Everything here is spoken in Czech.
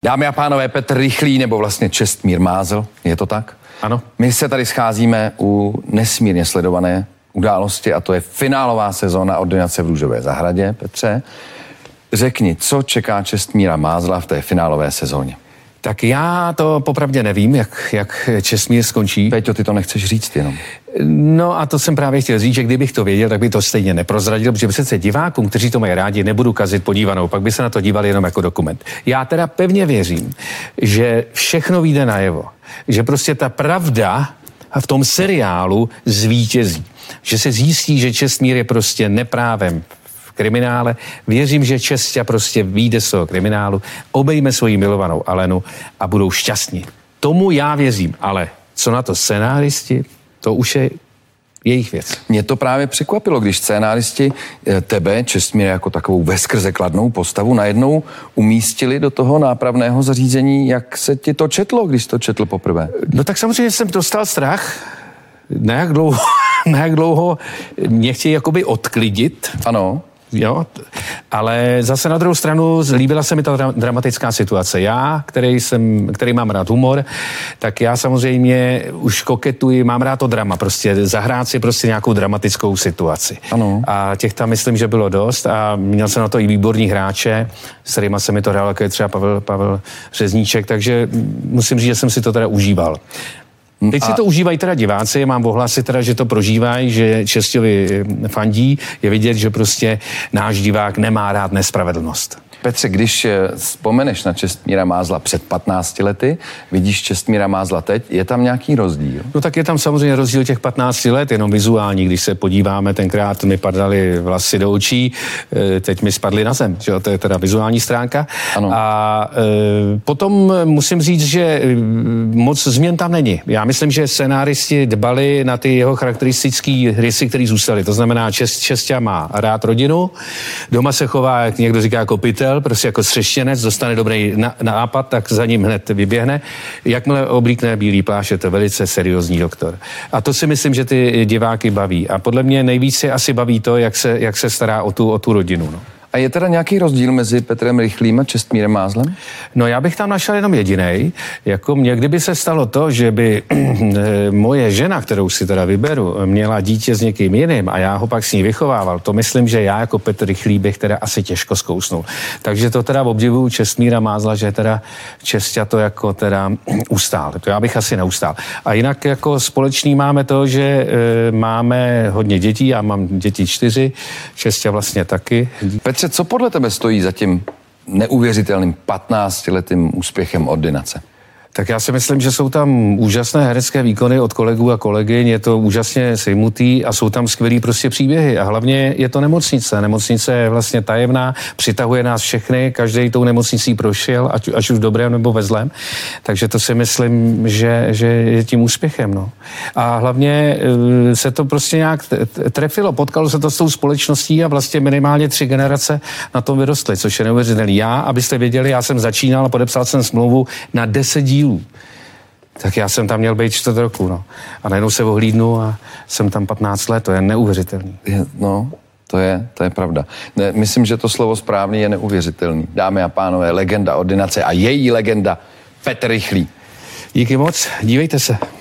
Dámy a pánové, Petr Rychlý, nebo vlastně Čestmír Mázl, je to tak? Ano. My se tady scházíme u nesmírně sledované události a to je finálová sezóna Ordinace v Růžové zahradě. Petře, řekni, co čeká Čestmíra Mázla v té finálové sezóně? Tak já to popravdě nevím, jak Čestmír skončí. Peťo, ty to nechceš říct jenom. No a to jsem právě chtěl říct, že kdybych to věděl, tak by to stejně neprozradil, protože přece divákům, kteří to mají rádi, nebudu kazit podívanou, pak by se na to dívali jenom jako dokument. Já teda pevně věřím, že všechno vyjde najevo, že prostě ta pravda v tom seriálu zvítězí, že se zjistí, že Čestmír je prostě neprávem kriminále. Věřím, že Česťa prostě vyjde z toho kriminálu, obejme svoji milovanou Alenu a budou šťastní. Tomu já věřím, ale co na to scenáristi, to už je jejich věc. Mě to právě překvapilo, když scénáristi tebe, Čestmír, jako takovou veskrze kladnou postavu, najednou umístili do toho nápravného zařízení. Jak se ti to četlo, když to četl poprvé? No tak samozřejmě jsem dostal strach. Na jak dlouho mě chtějí jakoby odklidit. Ano. Jo, ale zase na druhou stranu líbila se mi ta dramatická situace. Já, který mám rád humor, tak já samozřejmě už koketuji, mám rád to drama, prostě zahrát si prostě nějakou dramatickou situaci. Ano. A těch tam myslím, že bylo dost a měl jsem na to i výborní hráče, s kterýma se mi to hrálo, jako je třeba Pavel Řezníček, takže musím říct, že jsem si to teda užíval. Teď si to užívají teda diváci, mám ohlasy teda, že to prožívají, že Česťovi fandí, je vidět, že prostě náš divák nemá rád nespravedlnost. Petře, když vzpomeneš na Čestmíra Mázla před 15 lety, vidíš Čestmíra Mázla teď, je tam nějaký rozdíl? No tak je tam samozřejmě rozdíl těch 15 let, jenom vizuální, když se podíváme, tenkrát mi padaly vlasy do očí, teď mi spadly na zem, že? To je teda vizuální stránka. Ano. A potom musím říct, že moc změn tam není. Já myslím, že scenáristi dbali na ty jeho charakteristické rysy, které zůstaly. To znamená, Česťa má rád rodinu, doma se chová, jak někdo říká, jako pytel, prostě jako střeštěnec, dostane dobrý nápad, tak za ním hned vyběhne. Jakmile oblíkne bílý plášť, je to velice seriózní doktor. A to si myslím, že ty diváky baví. A podle mě nejvíce asi baví to, jak se stará o tu rodinu. No. A je teda nějaký rozdíl mezi Petrem Rychlým a Čestmírem Mázlem? No já bych tam našel jenom jedinej. Jako mě, kdyby se stalo to, že by moje žena, kterou si teda vyberu, měla dítě s někým jiným a já ho pak s ní vychovával, to myslím, že já jako Petr Rychlý bych teda asi těžko zkousnul. Takže to teda obdivuju Čestmíra Mázla, že teda Česťa to jako teda ustál. To já bych asi neustál. A jinak jako společný máme to, že máme hodně dětí, já mám děti 4, Česťa vlastně taky. Petře, co podle tebe stojí za tím neuvěřitelným 15letým úspěchem Ordinace? Tak já si myslím, že jsou tam úžasné herecké výkony od kolegů a kolegyň, je to úžasně sejmutý a jsou tam skvělý prostě příběhy a hlavně je to nemocnice. Nemocnice je vlastně tajemná, přitahuje nás všechny, každý tou nemocnicí prošel, ať už v dobrém nebo ve zlém. Takže to si myslím, že je tím úspěchem. No. A hlavně se to prostě nějak trefilo, potkalo se to s tou společností a vlastně minimálně 3 generace na tom vyrostly, což je neuvěřitelné. Já, abyste věděli, já jsem začínal a podepsal jsem smlouvu na 10 dílů. Tak já jsem tam měl být 4 roku, no. A najednou se ohlídnu a jsem tam 15 let, to je neuvěřitelný. No, to je pravda. Ne, myslím, že to slovo správný je neuvěřitelný. Dámy a pánové, legenda Ordinace a její legenda Petr Rychlý. Díky moc, dívejte se.